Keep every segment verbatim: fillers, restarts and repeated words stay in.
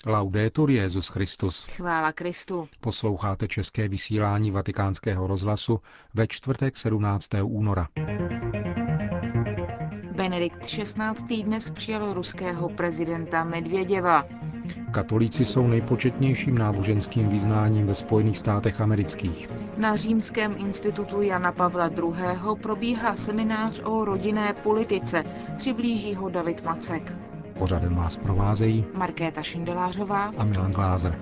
Laudetur Jesus Christus. Chvála Kristu. Posloucháte české vysílání Vatikánského rozhlasu ve čtvrtek sedmnáctého února. Benedikt šestnáctý. dnes přijal ruského prezidenta Medvěděva. Katolíci jsou nejpočetnějším náboženským vyznáním ve Spojených státech amerických. Na Římském institutu Jana Pavla druhého. probíhá seminář o rodinné politice. Přiblíží ho David Macek. Pořadem vás provázejí Markéta Šindelářová a Milan Glázer.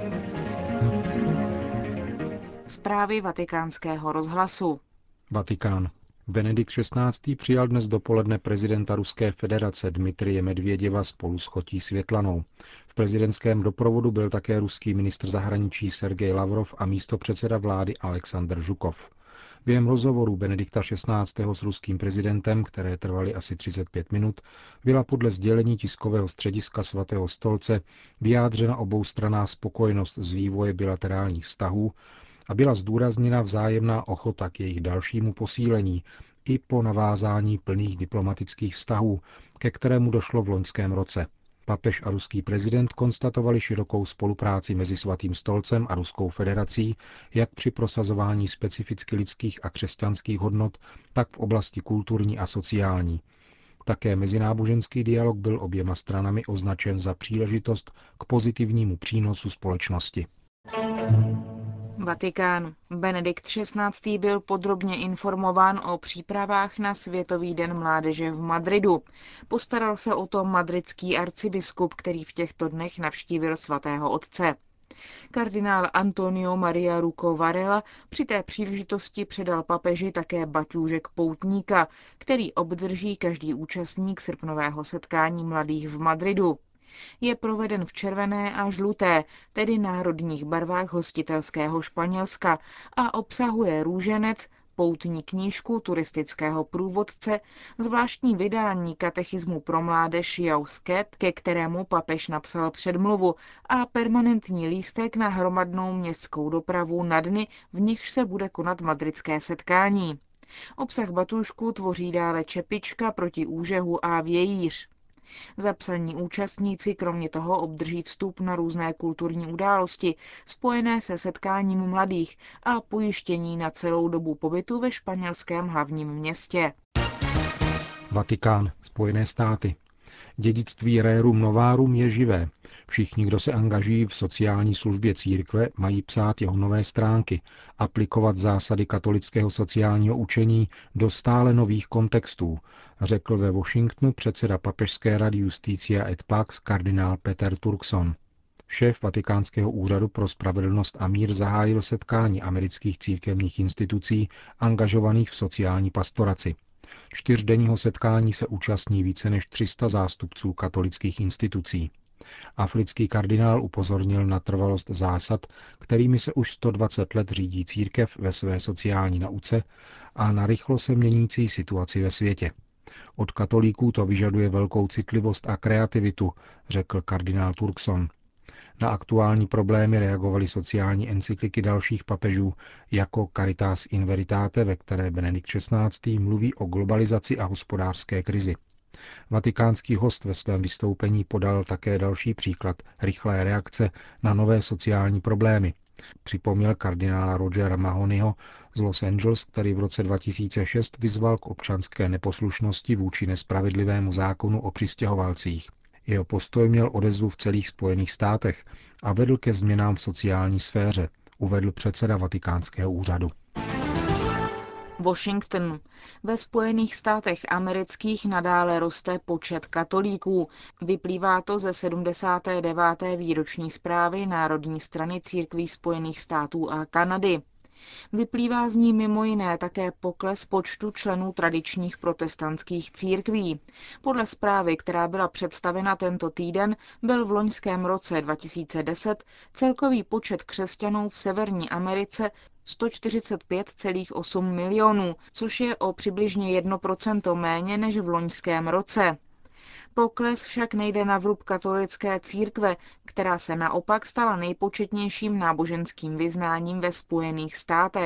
Zprávy Vatikánského rozhlasu. Vatikán. Benedikt šestnáctý. přijal dnes dopoledne prezidenta Ruské federace Dmitrije Medvěděva spolu s chotí Světlanou. V prezidentském doprovodu byl také ruský ministr zahraničí Sergej Lavrov a místopředseda vlády Alexandr Žukov. Během rozhovoru Benedikta šestnáctého. s ruským prezidentem, které trvaly asi třicet pět minut, byla podle sdělení tiskového střediska Svatého stolce vyjádřena oboustranná spokojenost z vývoje bilaterálních vztahů a byla zdůrazněna vzájemná ochota k jejich dalšímu posílení i po navázání plných diplomatických vztahů, ke kterému došlo v loňském roce. Papež a ruský prezident konstatovali širokou spolupráci mezi Svatým stolcem a Ruskou federací, jak při prosazování specificky lidských a křesťanských hodnot, tak v oblasti kulturní a sociální. Také mezináboženský dialog byl oběma stranami označen za příležitost k pozitivnímu přínosu společnosti. Vatikán. Benedikt šestnáctý. byl podrobně informován o přípravách na Světový den mládeže v Madridu. Postaral se o to madridský arcibiskup, který v těchto dnech navštívil svatého otce. Kardinál Antonio Maria Rucco Varela při té příležitosti předal papeži také baťůžek poutníka, který obdrží každý účastník srpnového setkání mladých v Madridu. Je proveden v červené a žluté, tedy národních barvách hostitelského Španělska a obsahuje růženec, poutní knížku turistického průvodce, zvláštní vydání katechismu pro mládež Jausket, ke kterému papež napsal předmluvu, a permanentní lístek na hromadnou městskou dopravu na dny, v nichž se bude konat madridské setkání. Obsah batůžku tvoří dále čepička proti úžehu a vějíř. Zapsaní účastníci kromě toho obdrží vstup na různé kulturní události spojené se setkáním mladých a pojištění na celou dobu pobytu ve španělském hlavním městě. Vatikán, Spojené státy. Dědictví Rerum Novarum je živé. Všichni, kdo se angažují v sociální službě církve, mají psát jeho nové stránky, aplikovat zásady katolického sociálního učení do stále nových kontextů, řekl ve Washingtonu předseda Papežské rady Justitia et Pax kardinál Peter Turkson. Šéf Vatikánského úřadu pro spravedlnost a mír zahájil setkání amerických církevních institucí angažovaných v sociální pastoraci. Čtyřdenního setkání se účastní více než tři sta zástupců katolických institucí. Africký kardinál upozornil na trvalost zásad, kterými se už sto dvacet let řídí církev ve své sociální nauce, a na rychlo se měnící situaci ve světě. Od katolíků to vyžaduje velkou citlivost a kreativitu, řekl kardinál Turkson. Na aktuální problémy reagovaly sociální encykliky dalších papežů, jako Caritas in Veritate, ve které Benedikt šestnáctý. mluví o globalizaci a hospodářské krizi. Vatikánský host ve svém vystoupení podal také další příklad rychlé reakce na nové sociální problémy. Připomněl kardinála Rogera Mahonyho z Los Angeles, který v roce dva tisíce šest vyzval k občanské neposlušnosti vůči nespravedlivému zákonu o přistěhovalcích. Jeho postoj měl odezvu v celých Spojených státech a vedl ke změnám v sociální sféře, uvedl předseda Vatikánského úřadu. Washington. Ve Spojených státech amerických nadále roste počet katolíků. Vyplývá to ze sedmdesáté deváté výroční zprávy Národní strany církví Spojených států a Kanady. Vyplývá z ní mimo jiné také pokles počtu členů tradičních protestantských církví. Podle zprávy, která byla představena tento týden, byl v loňském roce dva tisíce deset celkový počet křesťanů v Severní Americe sto čtyřicet pět celá osm milionů, což je o přibližně jedno procento méně než v loňském roce. Pokles však nejde na vrub katolické církve, která se naopak stala nejpočetnějším náboženským vyznáním ve Spojených státech.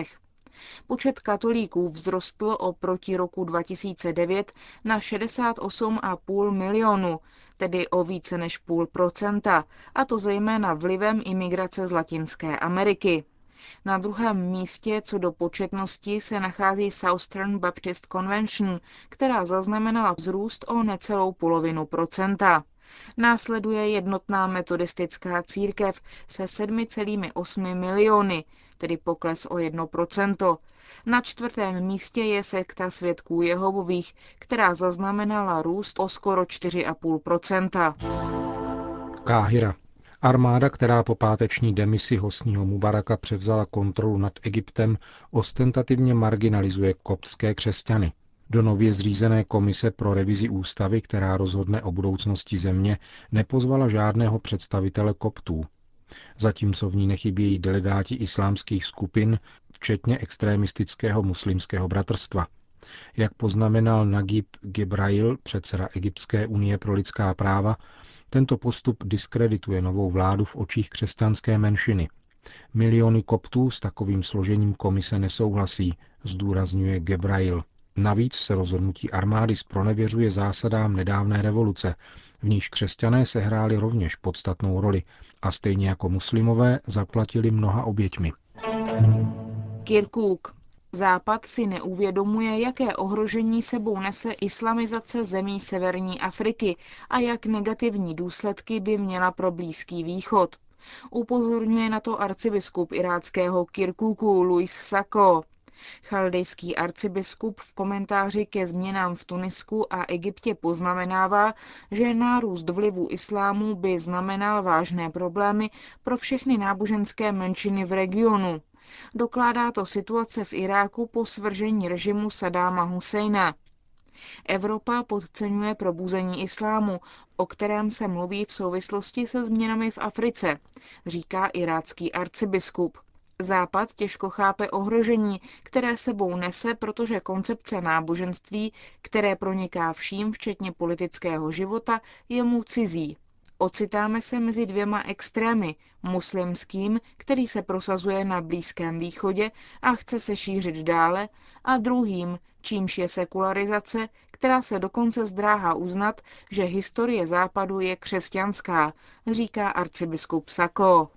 Počet katolíků vzrostl oproti roku dva tisíce devět na šedesát osm celá pět milionu, tedy o více než půl procenta, a to zejména vlivem imigrace z Latinské Ameriky. Na druhém místě co do početnosti se nachází Southern Baptist Convention, která zaznamenala vzrůst o necelou polovinu procenta. Následuje jednotná metodistická církev se sedm celá osm miliony, tedy pokles o jedno procento. Na čtvrtém místě je sekta Svědků Jehovových, která zaznamenala růst o skoro čtyři celá pět procenta. Káhira. Armáda, která po páteční demisi Hosního Mubaraka převzala kontrolu nad Egyptem, ostentativně marginalizuje koptské křesťany. Do nově zřízené komise pro revizi ústavy, která rozhodne o budoucnosti země, nepozvala žádného představitele koptů. Zatímco v ní nechybějí delegáti islámských skupin, včetně extremistického muslimského bratrstva. Jak poznamenal Nagib Gebrail, předseda Egyptské unie pro lidská práva, tento postup diskredituje novou vládu v očích křesťanské menšiny. Miliony koptů s takovým složením komise nesouhlasí, zdůrazňuje Gebrail. Navíc se rozhodnutí armády zpronevěřuje zásadám nedávné revoluce, v níž křesťané sehráli rovněž podstatnou roli a stejně jako muslimové zaplatili mnoha oběťmi. Kirkuk. Západ si neuvědomuje, jaké ohrožení sebou nese islamizace zemí severní Afriky a jak negativní důsledky by měla pro Blízký východ. Upozorňuje na to arcibiskup iráckého Kirkuku Luis Sako. Chaldejský arcibiskup v komentáři ke změnám v Tunisku a Egyptě poznamenává, že nárůst vlivu islámu by znamenal vážné problémy pro všechny náboženské menšiny v regionu. Dokládá to situace v Iráku po svržení režimu Saddáma Husajna. Evropa podceňuje probuzení islámu, o kterém se mluví v souvislosti se změnami v Africe, říká irácký arcibiskup. Západ těžko chápe ohrožení, které sebou nese, protože koncepce náboženství, které proniká vším, včetně politického života, je mu cizí. Ocitáme se mezi dvěma extrémy, muslimským, který se prosazuje na Blízkém východě a chce se šířit dále, a druhým, čímž je sekularizace, která se dokonce zdráhá uznat, že historie západu je křesťanská, říká arcibiskup Sako.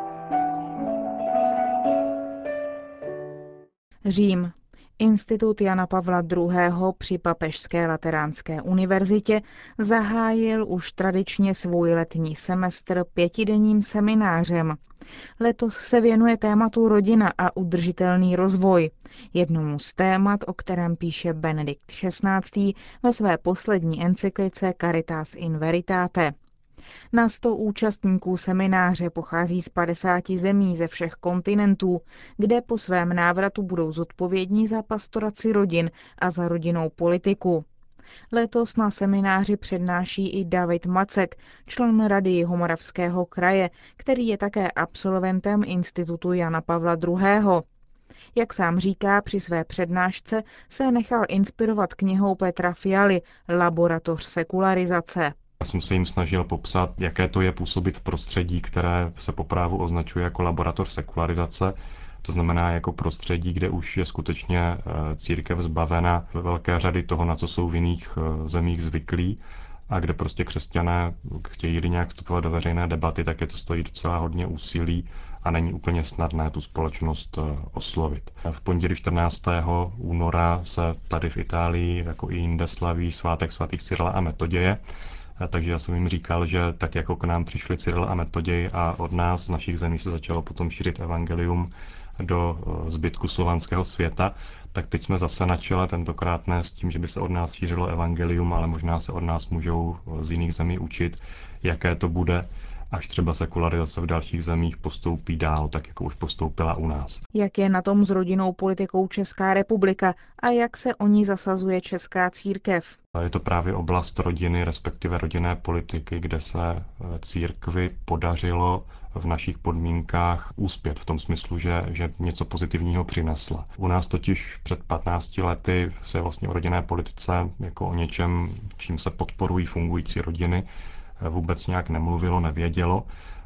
Řím. Institut Jana Pavla druhého. Při Papežské lateránské univerzitě zahájil už tradičně svůj letní semestr pětidenním seminářem. Letos se věnuje tématu rodina a udržitelný rozvoj, jednomu z témat, o kterém píše Benedikt šestnáctý. ve své poslední encyklice Caritas in Veritate. Na sto účastníků semináře pochází z padesáti zemí ze všech kontinentů, kde po svém návratu budou zodpovědní za pastoraci rodin a za rodinnou politiku. Letos na semináři přednáší i David Macek, člen Rady Jihomoravského kraje, který je také absolventem Institutu Jana Pavla druhého. Jak sám říká, při své přednášce se nechal inspirovat knihou Petra Fialy Laboratoř sekularizace. Já jsem se jim snažil popsat, jaké to je působit v prostředí, které se po právu označuje jako laboratoř sekularizace. To znamená jako prostředí, kde už je skutečně církev zbavena ve velké řady toho, na co jsou v jiných zemích zvyklí, a kde prostě křesťané chtějí nějak vstupovat do veřejné debaty, tak je to stojí docela hodně úsilí a není úplně snadné tu společnost oslovit. V pondělí čtrnáctého února se tady v Itálii, jako i jinde, slaví svátek svatých Cyrila a Metoděje. Takže já jsem jim říkal, že tak jako k nám přišli Cyril a Metoděj a od nás, z našich zemí, se začalo potom šířit evangelium do zbytku slovanského světa, tak teď jsme zase na čele, tentokrát ne s tím, že by se od nás šířilo evangelium, ale možná se od nás můžou z jiných zemí učit, jaké to bude, až třeba sekularizace v dalších zemích postoupí dál, tak jako už postoupila u nás. Jak je na tom s rodinnou politikou Česká republika a jak se o ní zasazuje česká církev? Je to právě oblast rodiny, respektive rodinné politiky, kde se církvi podařilo v našich podmínkách úspět v tom smyslu, že, že něco pozitivního přinesla. U nás totiž před patnácti lety se vlastně o rodinné politice jako o něčem, čím se podporují fungující rodiny, vůbec nějak nemluvilo, nevědělo.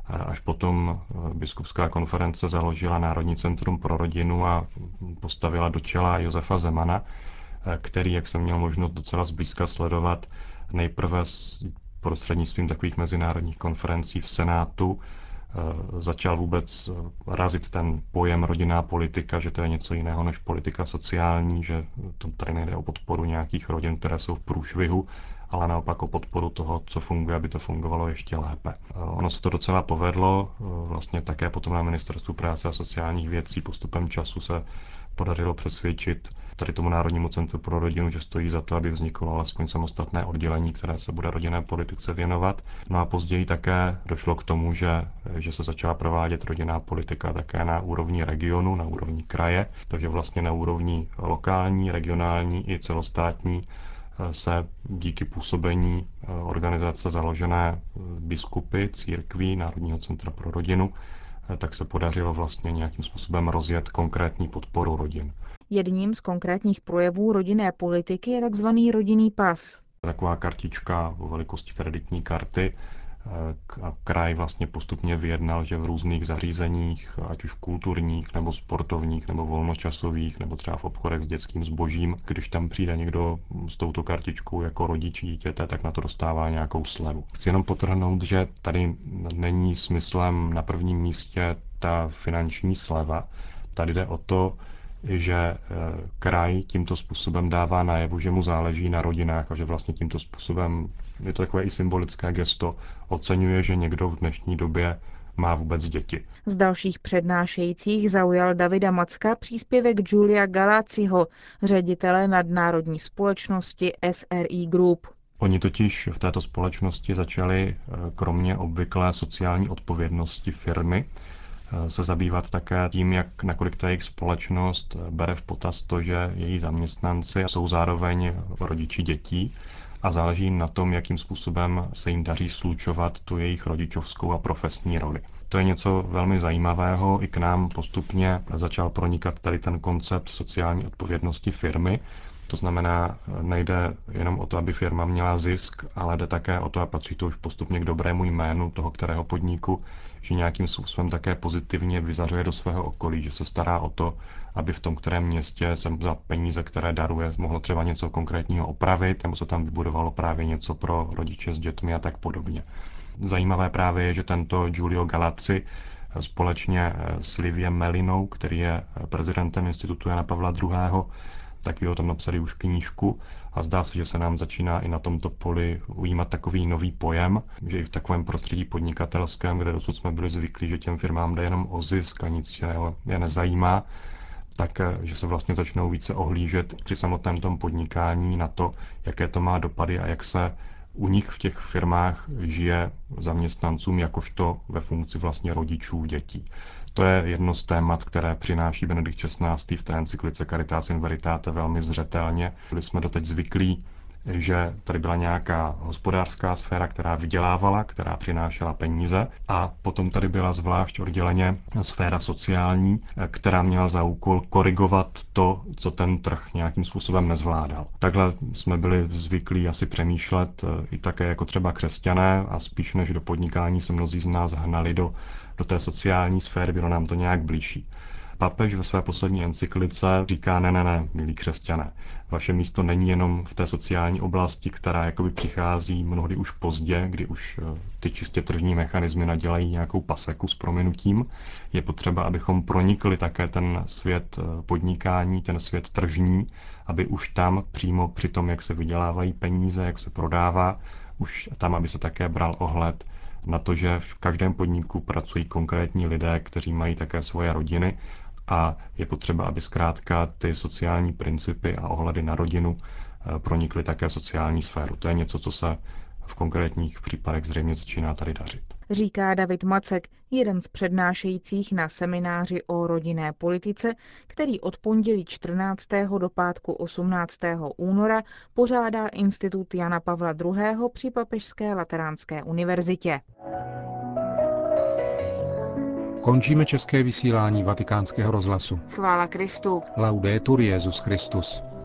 Až potom biskupská konference založila Národní centrum pro rodinu a postavila do čela Josefa Zemana, který, jak jsem měl možnost docela zblízka sledovat, nejprve prostřednictvím takových mezinárodních konferencí v Senátu začal vůbec razit ten pojem rodinná politika, že to je něco jiného než politika sociální, že to tady nejde o podporu nějakých rodin, které jsou v průšvihu, ale naopak o podporu toho, co funguje, aby to fungovalo ještě lépe. Ono se to docela povedlo, vlastně také potom na Ministerstvu práce a sociálních věcí postupem času se podařilo přesvědčit tady tomu Národnímu centru pro rodinu, že stojí za to, aby vzniklo alespoň samostatné oddělení, které se bude rodinné politice věnovat. No a později také došlo k tomu, že, že se začala provádět rodinná politika také na úrovni regionu, na úrovni kraje, takže vlastně na úrovni lokální, regionální i celostátní se díky působení organizace založené biskupy, církví, Národního centra pro rodinu, tak se podařilo vlastně nějakým způsobem rozjet konkrétní podporu rodin. Jedním z konkrétních projevů rodinné politiky je tzv. Rodinný pas. Taková kartička o velikosti kreditní karty. Kraj vlastně postupně vyjednal, že v různých zařízeních, ať už kulturních, nebo sportovních, nebo volnočasových, nebo třeba v obchodech s dětským zbožím, když tam přijde někdo s touto kartičkou jako rodič dítěte, tak na to dostává nějakou slevu. Chci jenom podtrhnout, že tady není smyslem na prvním místě ta finanční sleva. Tady jde o to, že kraj tímto způsobem dává najevu, že mu záleží na rodinách a že vlastně tímto způsobem, je to takové i symbolické gesto, oceňuje, že někdo v dnešní době má vůbec děti. Z dalších přednášejících zaujal Davida Macka příspěvek Giulia Galazziho, ředitele nadnárodní společnosti S R I Group. Oni totiž v této společnosti začali kromě obvyklé sociální odpovědnosti firmy se zabývat také tím, jak nakolik ta jejich společnost bere v potaz to, že její zaměstnanci jsou zároveň rodiči dětí a záleží jim na tom, jakým způsobem se jim daří slučovat tu jejich rodičovskou a profesní roli. To je něco velmi zajímavého. I k nám postupně začal pronikat tady ten koncept sociální odpovědnosti firmy. To znamená, nejde jenom o to, aby firma měla zisk, ale jde také o to, a patří to už postupně k dobrému jménu toho kterého podniku, že nějakým způsobem také pozitivně vyzařuje do svého okolí, že se stará o to, aby v tom kterém městě se za peníze, které daruje, mohlo třeba něco konkrétního opravit, nebo se tam vybudovalo právě něco pro rodiče s dětmi a tak podobně. Zajímavé právě je, že tento Giulio Galazzi společně s Liviem Melinou, který je prezidentem Institutu Jana Pavla druhého., taky o tom napsali už knížku a zdá se, že se nám začíná i na tomto poli ujímat takový nový pojem, že i v takovém prostředí podnikatelském, kde dosud jsme byli zvyklí, že těm firmám jde jenom o zisk a nic jiného je nezajímá, tak že se vlastně začnou více ohlížet při samotném tom podnikání na to, jaké to má dopady a jak se u nich v těch firmách žije zaměstnancům jakožto ve funkci vlastně rodičů dětí. To je jedno z témat, které přináší Benedikt šestnáctý v té encyklice Caritas in Veritate velmi zřetelně. Byli jsme doteď zvyklí, že tady byla nějaká hospodářská sféra, která vydělávala, která přinášela peníze a potom tady byla zvlášť odděleně sféra sociální, která měla za úkol korigovat to, co ten trh nějakým způsobem nezvládal. Takhle jsme byli zvyklí asi přemýšlet i také jako třeba křesťané a spíš než do podnikání se mnozí z nás hnali do, do té sociální sféry, bylo nám to nějak blížší. Papež ve své poslední encyklice říká, ne, ne, ne, milí křesťané, vaše místo není jenom v té sociální oblasti, která jakoby přichází mnohdy už pozdě, kdy už ty čistě tržní mechanismy nadělají nějakou paseku s prominutím. Je potřeba, abychom pronikli také ten svět podnikání, ten svět tržní, aby už tam přímo při tom, jak se vydělávají peníze, jak se prodává, už tam, aby se také bral ohled na to, že v každém podniku pracují konkrétní lidé, kteří mají také svoje rodiny a je potřeba, aby zkrátka ty sociální principy a ohledy na rodinu pronikly také sociální sféru. To je něco, co se v konkrétních případech zřejmě začíná tady dařit. Říká David Macek, jeden z přednášejících na semináři o rodinné politice, který od pondělí čtrnáctého do pátku osmnáctého února pořádá Institut Jana Pavla druhého. při Papežské lateránské univerzitě. Končíme české vysílání Vatikánského rozhlasu. Chvála Kristu. Laudetur Jesus Christus.